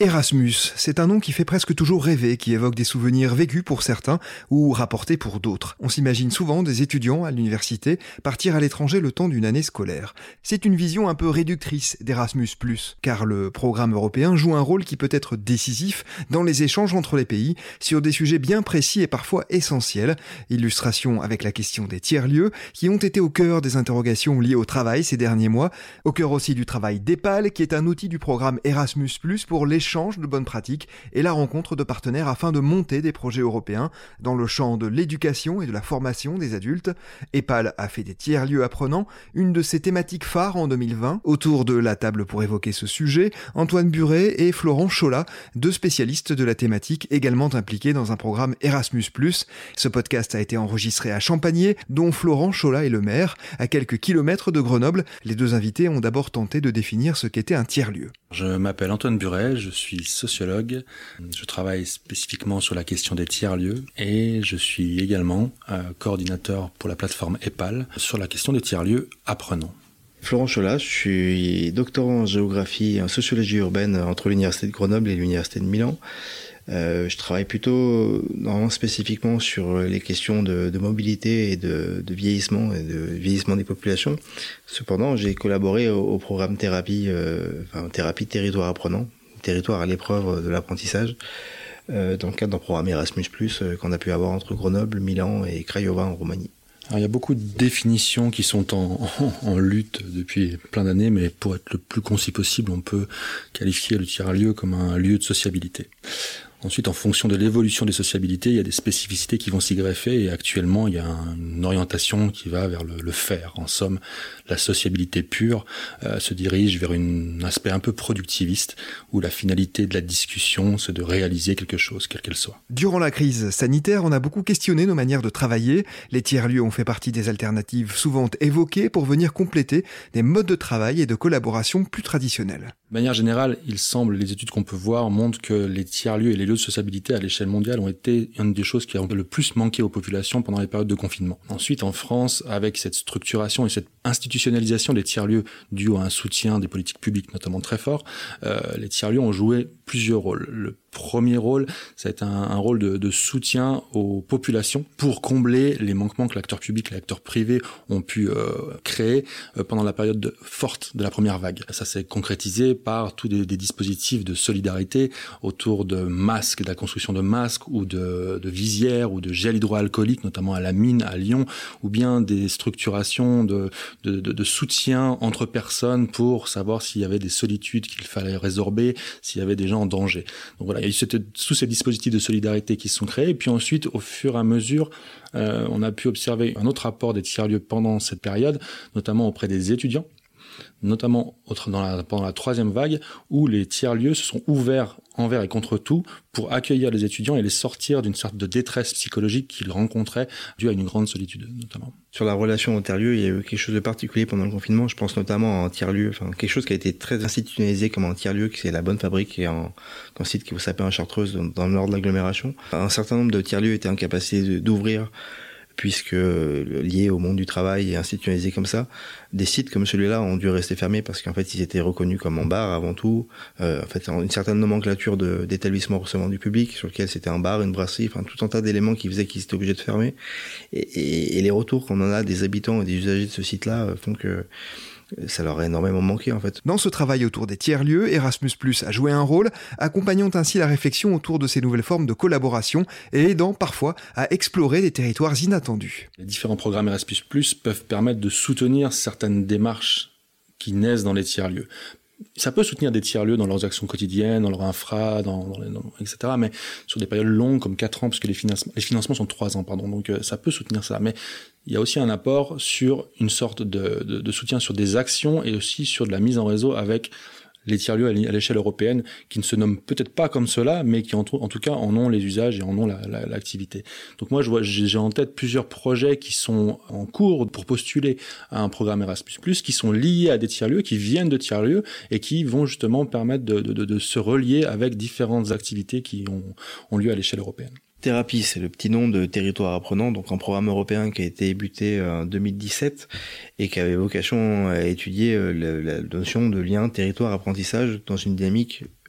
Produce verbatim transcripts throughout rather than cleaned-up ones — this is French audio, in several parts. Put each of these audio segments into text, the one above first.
Erasmus, c'est un nom qui fait presque toujours rêver, qui évoque des souvenirs vécus pour certains ou rapportés pour d'autres. On s'imagine souvent des étudiants à l'université partir à l'étranger le temps d'une année scolaire. C'est une vision un peu réductrice d'Erasmus plus, car le programme européen joue un rôle qui peut être décisif dans les échanges entre les pays sur des sujets bien précis et parfois essentiels. Illustration avec la question des tiers-lieux qui ont été au cœur des interrogations liées au travail ces derniers mois, au cœur aussi du travail d'EPAL qui est un outil du programme Erasmus plus pour l'échange de bonnes pratiques et la rencontre de partenaires afin de monter des projets européens dans le champ de l'éducation et de la formation des adultes. EPAL a fait des tiers-lieux apprenants, une de ses thématiques phares en deux mille vingt. Autour de la table pour évoquer ce sujet, Antoine Buret et Florent Cholat, deux spécialistes de la thématique également impliqués dans un programme Erasmus plus. Ce podcast a été enregistré à Champagné, dont Florent Cholat est le maire, à quelques kilomètres de Grenoble. Les deux invités ont d'abord tenté de définir ce qu'était un tiers-lieu. Je m'appelle Antoine Buret, je suis sociologue, je travaille spécifiquement sur la question des tiers-lieux et je suis également euh, coordinateur pour la plateforme EPAL sur la question des tiers-lieux apprenants. Florent Cholat, je suis doctorant en géographie et en sociologie urbaine entre l'université de Grenoble et l'université de Milan. Euh, je travaille plutôt normalement spécifiquement sur les questions de, de mobilité et de, de vieillissement et de vieillissement des populations. Cependant, j'ai collaboré au, au programme thérapie, euh, enfin thérapie territoire apprenant, territoire à l'épreuve de l'apprentissage, euh, dans le cadre d'un programme Erasmus plus, euh, qu'on a pu avoir entre Grenoble, Milan et Craiova en Roumanie. Alors, il y a beaucoup de définitions qui sont en, en, en lutte depuis plein d'années, mais pour être le plus concis possible, on peut qualifier le tiers-lieu comme un lieu de sociabilité. Ensuite, en fonction de l'évolution des sociabilités, il y a des spécificités qui vont s'y greffer et actuellement, il y a une orientation qui va vers le, le faire. En somme, la sociabilité pure euh, se dirige vers une, un aspect un peu productiviste où la finalité de la discussion, c'est de réaliser quelque chose, quelle qu'elle soit. Durant la crise sanitaire, on a beaucoup questionné nos manières de travailler. Les tiers-lieux ont fait partie des alternatives souvent évoquées pour venir compléter des modes de travail et de collaboration plus traditionnels. De manière générale, il semble, les études qu'on peut voir montrent que les tiers-lieux et les lieux de sociabilité à l'échelle mondiale ont été une des choses qui a le plus manqué aux populations pendant les périodes de confinement. Ensuite, en France, avec cette structuration et cette institutionnalisation des tiers-lieux due à un soutien des politiques publiques notamment très fort, euh, les tiers-lieux ont joué plusieurs rôles. Le premier rôle, ça a été un, un rôle de, de soutien aux populations pour combler les manquements que l'acteur public et l'acteur privé ont pu euh, créer euh, pendant la période de, forte de la première vague. Ça s'est concrétisé par tous des, des dispositifs de solidarité autour de masques, de la construction de masques ou de, de visières ou de gel hydroalcoolique, notamment à la mine à Lyon, ou bien des structurations de, de, de, de soutien entre personnes pour savoir s'il y avait des solitudes qu'il fallait résorber, s'il y avait des gens en danger. Donc voilà, il y a eu tous ces dispositifs de solidarité qui se sont créés, et puis ensuite, au fur et à mesure, euh, on a pu observer un autre rapport des tiers-lieux pendant cette période, notamment auprès des étudiants, notamment dans la, pendant la troisième vague, où les tiers-lieux se sont ouverts envers et contre tout pour accueillir les étudiants et les sortir d'une sorte de détresse psychologique qu'ils rencontraient due à une grande solitude, notamment. Sur la relation au tiers-lieu, il y a eu quelque chose de particulier pendant le confinement. Je pense notamment à un tiers-lieu, enfin quelque chose qui a été très institutionnalisé comme un tiers-lieu, qui c'est la Bonne Fabrique, qui est un, un site qui vous s'appelle en Chartreuse, dans, dans le nord de l'agglomération. Un certain nombre de tiers-lieux étaient en capacité d'ouvrir, puisque liés au monde du travail et institutionnalisés comme ça, des sites comme celui-là ont dû rester fermés parce qu'en fait ils étaient reconnus comme en bar avant tout, euh, en fait une certaine nomenclature de, d'établissements recevant du public sur lequel c'était un bar, une brasserie, enfin tout un tas d'éléments qui faisaient qu'ils étaient obligés de fermer, et, et, et les retours qu'on en a des habitants et des usagers de ce site-là font que ça leur a énormément manqué en fait. Dans ce travail autour des tiers-lieux, Erasmus plus a joué un rôle, accompagnant ainsi la réflexion autour de ces nouvelles formes de collaboration et aidant parfois à explorer des territoires inattendus. Les différents programmes Erasmus plus peuvent permettre de soutenir certaines démarches qui naissent dans les tiers-lieux. Ça peut soutenir des tiers-lieux dans leurs actions quotidiennes, dans leur infra, dans, dans, les, dans et cetera. Mais sur des périodes longues comme quatre ans, parce que les financements, les financements sont trois ans, pardon. Donc euh, ça peut soutenir ça. Mais il y a aussi un apport sur une sorte de, de, de soutien sur des actions et aussi sur de la mise en réseau avec les tiers-lieux à l'échelle européenne, qui ne se nomment peut-être pas comme cela, mais qui en tout, en tout cas en ont les usages et en ont la, la, l'activité. Donc moi, je vois, j'ai en tête plusieurs projets qui sont en cours pour postuler à un programme Erasmus plus, qui sont liés à des tiers-lieux, qui viennent de tiers-lieux et qui vont justement permettre de, de, de, de se relier avec différentes activités qui ont, ont lieu à l'échelle européenne. Thérapie, c'est le petit nom de Territoire apprenant, donc un programme européen qui a été débuté en deux mille dix-sept et qui avait vocation à étudier la, la notion de lien territoire-apprentissage dans une dynamique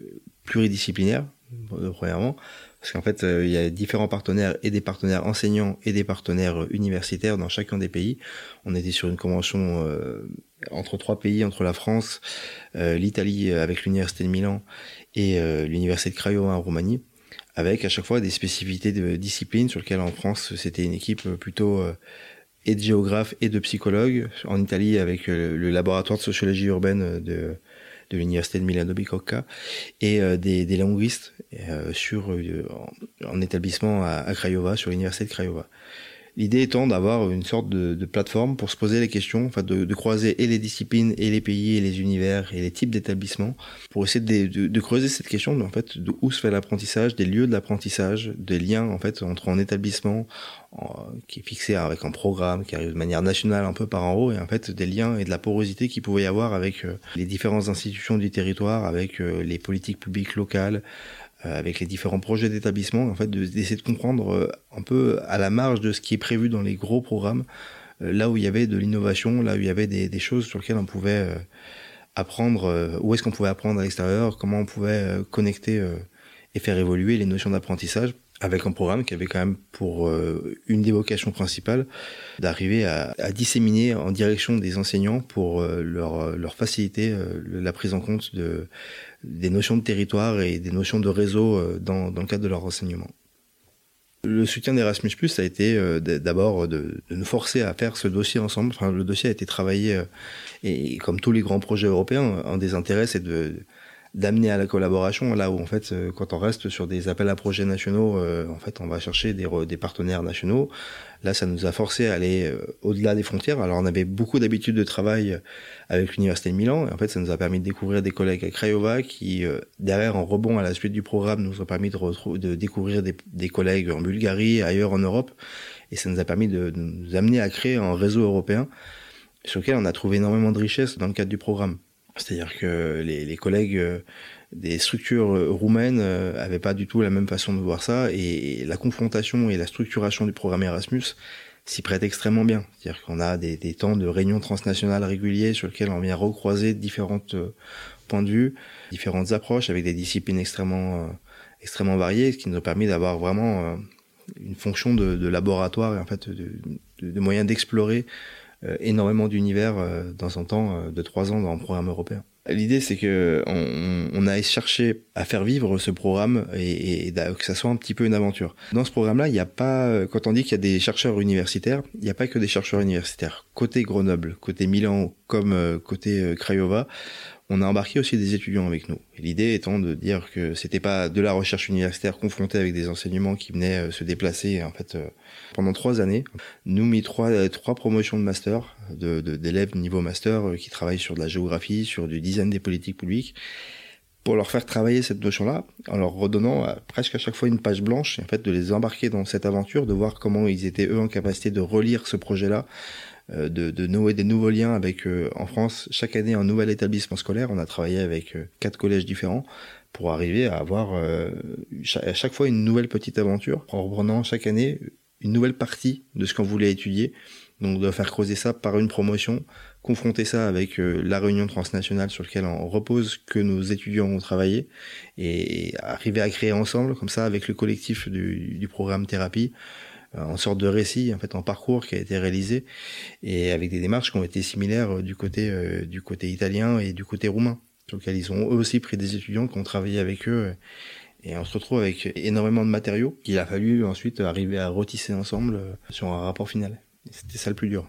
pluridisciplinaire, premièrement, parce qu'en fait, euh, il y a différents partenaires et des partenaires enseignants et des partenaires universitaires dans chacun des pays. On était sur une convention euh, entre trois pays, entre la France, euh, l'Italie avec l'Université de Milan et euh, l'Université de Craiova en Roumanie, avec à chaque fois des spécificités de disciplines sur lesquelles en France, c'était une équipe plutôt euh, et de géographes et de psychologues. En Italie, avec euh, le laboratoire de sociologie urbaine de de l'université de Milano Bicocca et euh, des, des linguistes euh, sur euh, en, en établissement à, à Craiova, sur l'université de Craiova. L'idée étant d'avoir une sorte de, de plateforme pour se poser les questions, enfin de, de croiser et les disciplines et les pays et les univers et les types d'établissements pour essayer de, de, de creuser cette question de, en fait, de où se fait l'apprentissage, des lieux de l'apprentissage, des liens en fait entre un établissement en, qui est fixé avec un programme qui arrive de manière nationale un peu par en haut et en fait des liens et de la porosité qu'il pouvait y avoir avec euh, les différentes institutions du territoire, avec euh, les politiques publiques locales, avec les différents projets d'établissement, en fait, d'essayer de comprendre un peu à la marge de ce qui est prévu dans les gros programmes, là où il y avait de l'innovation, là où il y avait des, des choses sur lesquelles on pouvait apprendre, où est-ce qu'on pouvait apprendre à l'extérieur, comment on pouvait connecter et faire évoluer les notions d'apprentissage, avec un programme qui avait quand même pour une des vocations principales d'arriver à, à disséminer en direction des enseignants pour leur, leur faciliter la prise en compte de des notions de territoire et des notions de réseau dans, dans le cadre de leur enseignement. Le soutien d'Erasmus+, ça a été euh, d'abord de, de nous forcer à faire ce dossier ensemble. Enfin, le dossier a été travaillé, euh, et comme tous les grands projets européens, un des intérêts, c'est de, d'amener à la collaboration, là où en fait, quand on reste sur des appels à projets nationaux, euh, en fait, on va chercher des, des partenaires nationaux. Là, ça nous a forcé à aller euh, au-delà des frontières. Alors, on avait beaucoup d'habitude de travail avec l'Université de Milan, et en fait, ça nous a permis de découvrir des collègues à Craiova qui, euh, derrière, en rebond à la suite du programme, nous ont permis de, retrouver, de découvrir des, des collègues en Bulgarie, ailleurs en Europe, et ça nous a permis de, de nous amener à créer un réseau européen sur lequel on a trouvé énormément de richesses dans le cadre du programme. C'est-à-dire que les, les collègues euh, des structures euh, roumaines euh, avaient pas du tout la même façon de voir ça, et, et la confrontation et la structuration du programme Erasmus s'y prête extrêmement bien. C'est-à-dire qu'on a des, des temps de réunions transnationales réguliers sur lesquels on vient recroiser différents euh, points de vue, différentes approches avec des disciplines extrêmement euh, extrêmement variées, ce qui nous a permis d'avoir vraiment euh, une fonction de, de laboratoire et en fait de, de, de moyens d'explorer Euh, énormément d'univers euh, dans un temps euh, de trois ans dans le programme européen. L'idée, c'est que on, on a cherché à faire vivre ce programme et, et, et que ça soit un petit peu une aventure. Dans ce programme-là, il n'y a pas, quand on dit qu'il y a des chercheurs universitaires, il n'y a pas que des chercheurs universitaires. Côté Grenoble, côté Milan, comme euh, côté euh, Craiova, on a embarqué aussi des étudiants avec nous. Et l'idée étant de dire que c'était pas de la recherche universitaire confrontée avec des enseignements qui venaient euh, se déplacer. En fait, euh, pendant trois années, nous mis trois euh, trois promotions de master, de, de d'élèves niveau master euh, qui travaillent sur de la géographie, sur du design des politiques publiques, pour leur faire travailler cette notion-là, en leur redonnant euh, presque à chaque fois une page blanche, et en fait de les embarquer dans cette aventure, de voir comment ils étaient eux en capacité de relire ce projet-là. De, de nouer des nouveaux liens avec, euh, en France, chaque année un nouvel établissement scolaire. On a travaillé avec euh, quatre collèges différents pour arriver à avoir euh, à chaque fois une nouvelle petite aventure, en reprenant chaque année une nouvelle partie de ce qu'on voulait étudier. Donc de faire creuser ça par une promotion, confronter ça avec euh, la réunion transnationale sur laquelle on repose que nos étudiants ont travaillé, et, et arriver à créer ensemble, comme ça, avec le collectif du, du programme thérapie, en sorte de récit, en fait, en parcours qui a été réalisé, et avec des démarches qui ont été similaires du côté euh, du côté italien et du côté roumain, sur lequel ils ont eux aussi pris des étudiants qui ont travaillé avec eux, et on se retrouve avec énormément de matériaux qu'il a fallu ensuite arriver à retisser ensemble sur un rapport final. Et c'était ça le plus dur.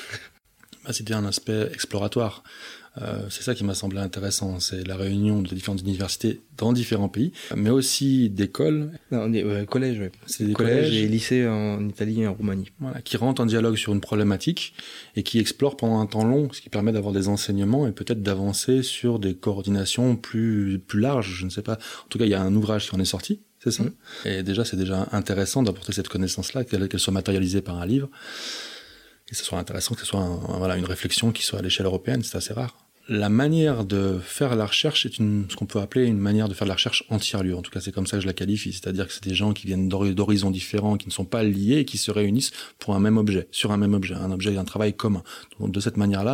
Bah, c'était un aspect exploratoire. Euh, c'est ça qui m'a semblé intéressant, c'est la réunion de différentes universités dans différents pays, mais aussi d'écoles. Non, des euh, collèges, ouais. C'est des collèges, collèges et lycées en Italie et en Roumanie. Voilà, qui rentrent en dialogue sur une problématique et qui explorent pendant un temps long, ce qui permet d'avoir des enseignements et peut-être d'avancer sur des coordinations plus plus larges. Je ne sais pas. En tout cas, il y a un ouvrage qui en est sorti, c'est ça. Mmh. Et déjà, c'est déjà intéressant d'apporter cette connaissance-là, qu'elle, qu'elle soit matérialisée par un livre. Et ce soit intéressant que ce soit un, voilà, une réflexion qui soit à l'échelle européenne, c'est assez rare. La manière de faire la recherche est une, ce qu'on peut appeler une manière de faire de la recherche en tiers-lieu. En tout cas, c'est comme ça que je la qualifie. C'est-à-dire que c'est des gens qui viennent d'horizons différents, qui ne sont pas liés et qui se réunissent pour un même objet, sur un même objet, un objet et un travail commun. Donc, de cette manière-là,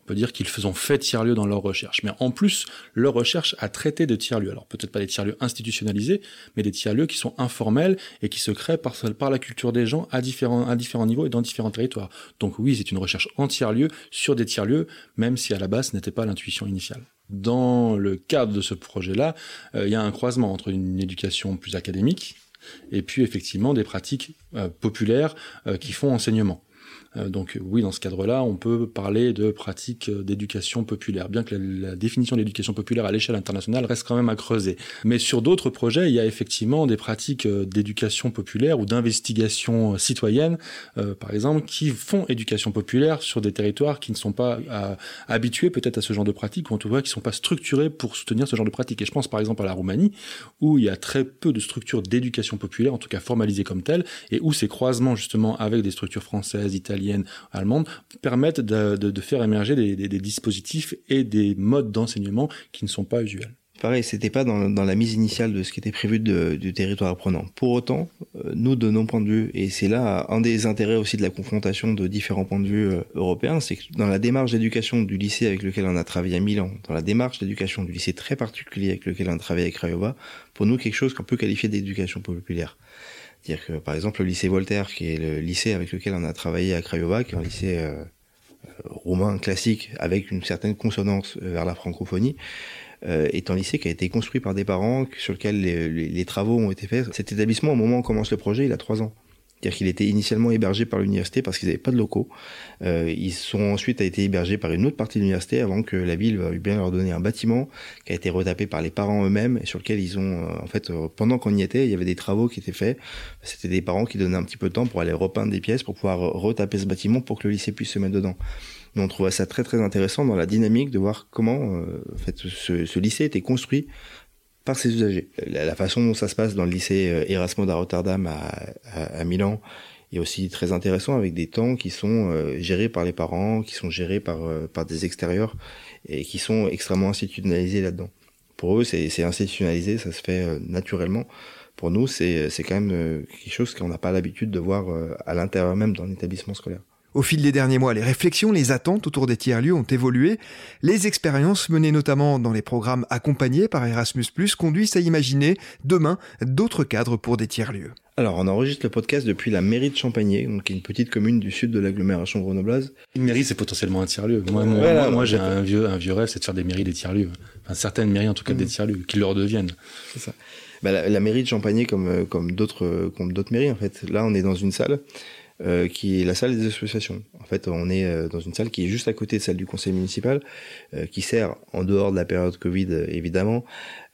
On peut dire qu'ils ont fait tiers-lieux dans leurs recherches. Mais en plus, leur recherche a traité de tiers-lieux. Alors peut-être pas des tiers-lieux institutionnalisés, mais des tiers-lieux qui sont informels et qui se créent par, par la culture des gens à différents, à différents niveaux et dans différents territoires. Donc oui, c'est une recherche en tiers-lieux sur des tiers-lieux, même si à la base ce n'était pas l'intuition initiale. Dans le cadre de ce projet-là, euh, il y a un croisement entre une éducation plus académique et puis effectivement des pratiques euh, populaires euh, qui font enseignement. Donc oui, dans ce cadre-là, on peut parler de pratiques d'éducation populaire, bien que la, la définition d'éducation populaire à l'échelle internationale reste quand même à creuser. Mais sur d'autres projets, il y a effectivement des pratiques d'éducation populaire ou d'investigation citoyenne, euh, par exemple, qui font éducation populaire sur des territoires qui ne sont pas à, habitués peut-être à ce genre de pratiques, ou en tout cas qui ne sont pas structurés pour soutenir ce genre de pratiques. Et je pense par exemple à la Roumanie, où il y a très peu de structures d'éducation populaire, en tout cas formalisées comme telles, et où ces croisements justement avec des structures françaises, italiennes, allemandes, permettent de, de, de faire émerger des, des, des dispositifs et des modes d'enseignement qui ne sont pas usuels. Pareil, c'était pas dans, dans la mise initiale de ce qui était prévu de, du territoire apprenant. Pour autant, euh, nous, de nos points de vue, et c'est là un des intérêts aussi de la confrontation de différents points de vue euh, européens, c'est que dans la démarche d'éducation du lycée avec lequel on a travaillé à Milan, dans la démarche d'éducation du lycée très particulier avec lequel on a travaillé à Craiova, pour nous, quelque chose qu'on peut qualifier d'éducation populaire. C'est-à-dire que, par exemple, le lycée Voltaire, qui est le lycée avec lequel on a travaillé à Craiova, qui est un lycée euh, euh, roumain classique avec une certaine consonance vers la francophonie, euh, est un lycée qui a été construit par des parents sur lequel les, les, les travaux ont été faits. Cet établissement, au moment où on commence le projet, il a trois ans. C'est-à-dire qu'il était initialement hébergé par l'université parce qu'ils n'avaient pas de locaux. Euh, ils sont ensuite a été hébergés par une autre partie de l'université avant que la ville veuille bien leur donner un bâtiment qui a été retapé par les parents eux-mêmes et sur lequel ils ont, euh, en fait, euh, pendant qu'on y était, il y avait des travaux qui étaient faits. C'était des parents qui donnaient un petit peu de temps pour aller repeindre des pièces pour pouvoir retaper ce bâtiment pour que le lycée puisse se mettre dedans. Mais on trouvait ça très très intéressant dans la dynamique de voir comment, euh, en fait, ce, ce lycée était construit par ses usagers. La, la façon dont ça se passe dans le lycée Erasmus à Rotterdam, à, à, à Milan, est aussi très intéressant avec des temps qui sont euh, gérés par les parents, qui sont gérés par, euh, par des extérieurs et qui sont extrêmement institutionnalisés là-dedans. Pour eux, c'est, c'est institutionnalisé, ça se fait euh, naturellement. Pour nous, c'est, c'est quand même euh, quelque chose qu'on n'a pas l'habitude de voir euh, à l'intérieur même d'un établissement scolaire. Au fil des derniers mois, les réflexions, les attentes autour des tiers-lieux ont évolué. Les expériences menées notamment dans les programmes accompagnés par Erasmus plus, conduisent à imaginer demain d'autres cadres pour des tiers-lieux. Alors, on enregistre le podcast depuis la mairie de Champagné, donc qui est une petite commune du sud de l'agglomération grenobloise. Une mairie, c'est potentiellement un tiers-lieu. Moi, mon, voilà, moi, moi j'ai un vieux, un vieux rêve, c'est de faire des mairies des tiers-lieux. Enfin, certaines mairies, en tout cas, mmh. des tiers-lieux, qui leur deviennent. C'est ça. Bah, la, la mairie de Champagné, comme, comme d'autres, comme d'autres mairies, en fait. Là, on est dans une salle. Euh, qui est la salle des associations. En fait, on est euh, dans une salle qui est juste à côté de celle du conseil municipal, euh, qui sert, en dehors de la période Covid, euh, évidemment,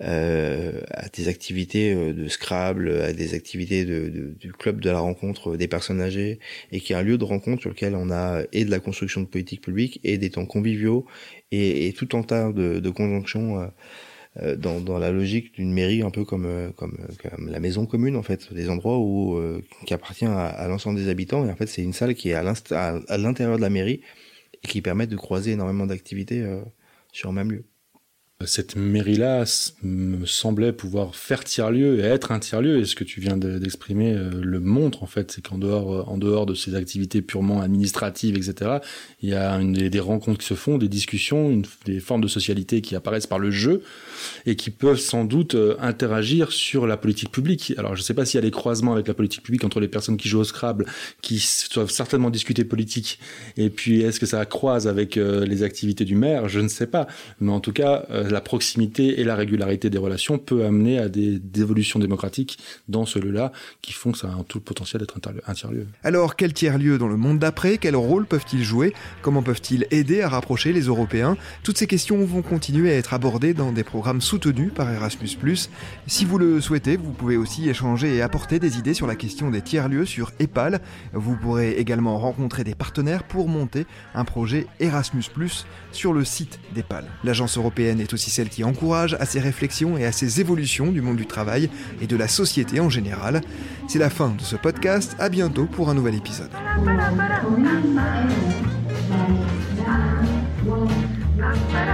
euh, à des activités euh, de Scrabble, à des activités de, de, du club de la rencontre des personnes âgées, et qui est un lieu de rencontre sur lequel on a et de la construction de politique publique, et des temps conviviaux, et, et tout un tas de, de conjonctions euh, Dans, dans la logique d'une mairie un peu comme, comme, comme la maison commune, en fait, des endroits où, euh, qui appartient à, à l'ensemble des habitants. Et en fait, c'est une salle qui est à, à, à l'intérieur de la mairie et qui permet de croiser énormément d'activités euh, sur un même lieu. Cette mairie-là me semblait pouvoir faire tiers-lieu et être un tiers-lieu. Et ce que tu viens de, d'exprimer euh, le montre, en fait. C'est qu'en dehors, en dehors de ces activités purement administratives, et cetera, il y a une, des, des rencontres qui se font, des discussions, une, des formes de socialité qui apparaissent par le jeu et qui peuvent sans doute euh, interagir sur la politique publique. Alors, je ne sais pas s'il y a des croisements avec la politique publique entre les personnes qui jouent au Scrabble, qui doivent certainement discuter politique. Et puis, est-ce que ça croise avec euh, les activités du maire ? Je ne sais pas. Mais en tout cas, euh, la proximité et la régularité des relations peut amener à des, des évolutions démocratiques dans ce lieu-là qui font que ça a un tout le potentiel d'être un tiers-lieu. Alors, quel tiers-lieu dans le monde d'après ? Quel rôle peuvent-ils jouer ? Comment peuvent-ils aider à rapprocher les Européens ? Toutes ces questions vont continuer à être abordées dans des programmes soutenus par Erasmus plus. Si vous le souhaitez, vous pouvez aussi échanger et apporter des idées sur la question des tiers-lieux sur EPAL. Vous pourrez également rencontrer des partenaires pour monter un projet Erasmus plus sur le site d'EPAL. L'agence européenne est aussi celle qui encourage à ces réflexions et à ces évolutions du monde du travail et de la société en général. C'est la fin de ce podcast, à bientôt pour un nouvel épisode. Ba-da-ba-da-ba-ba.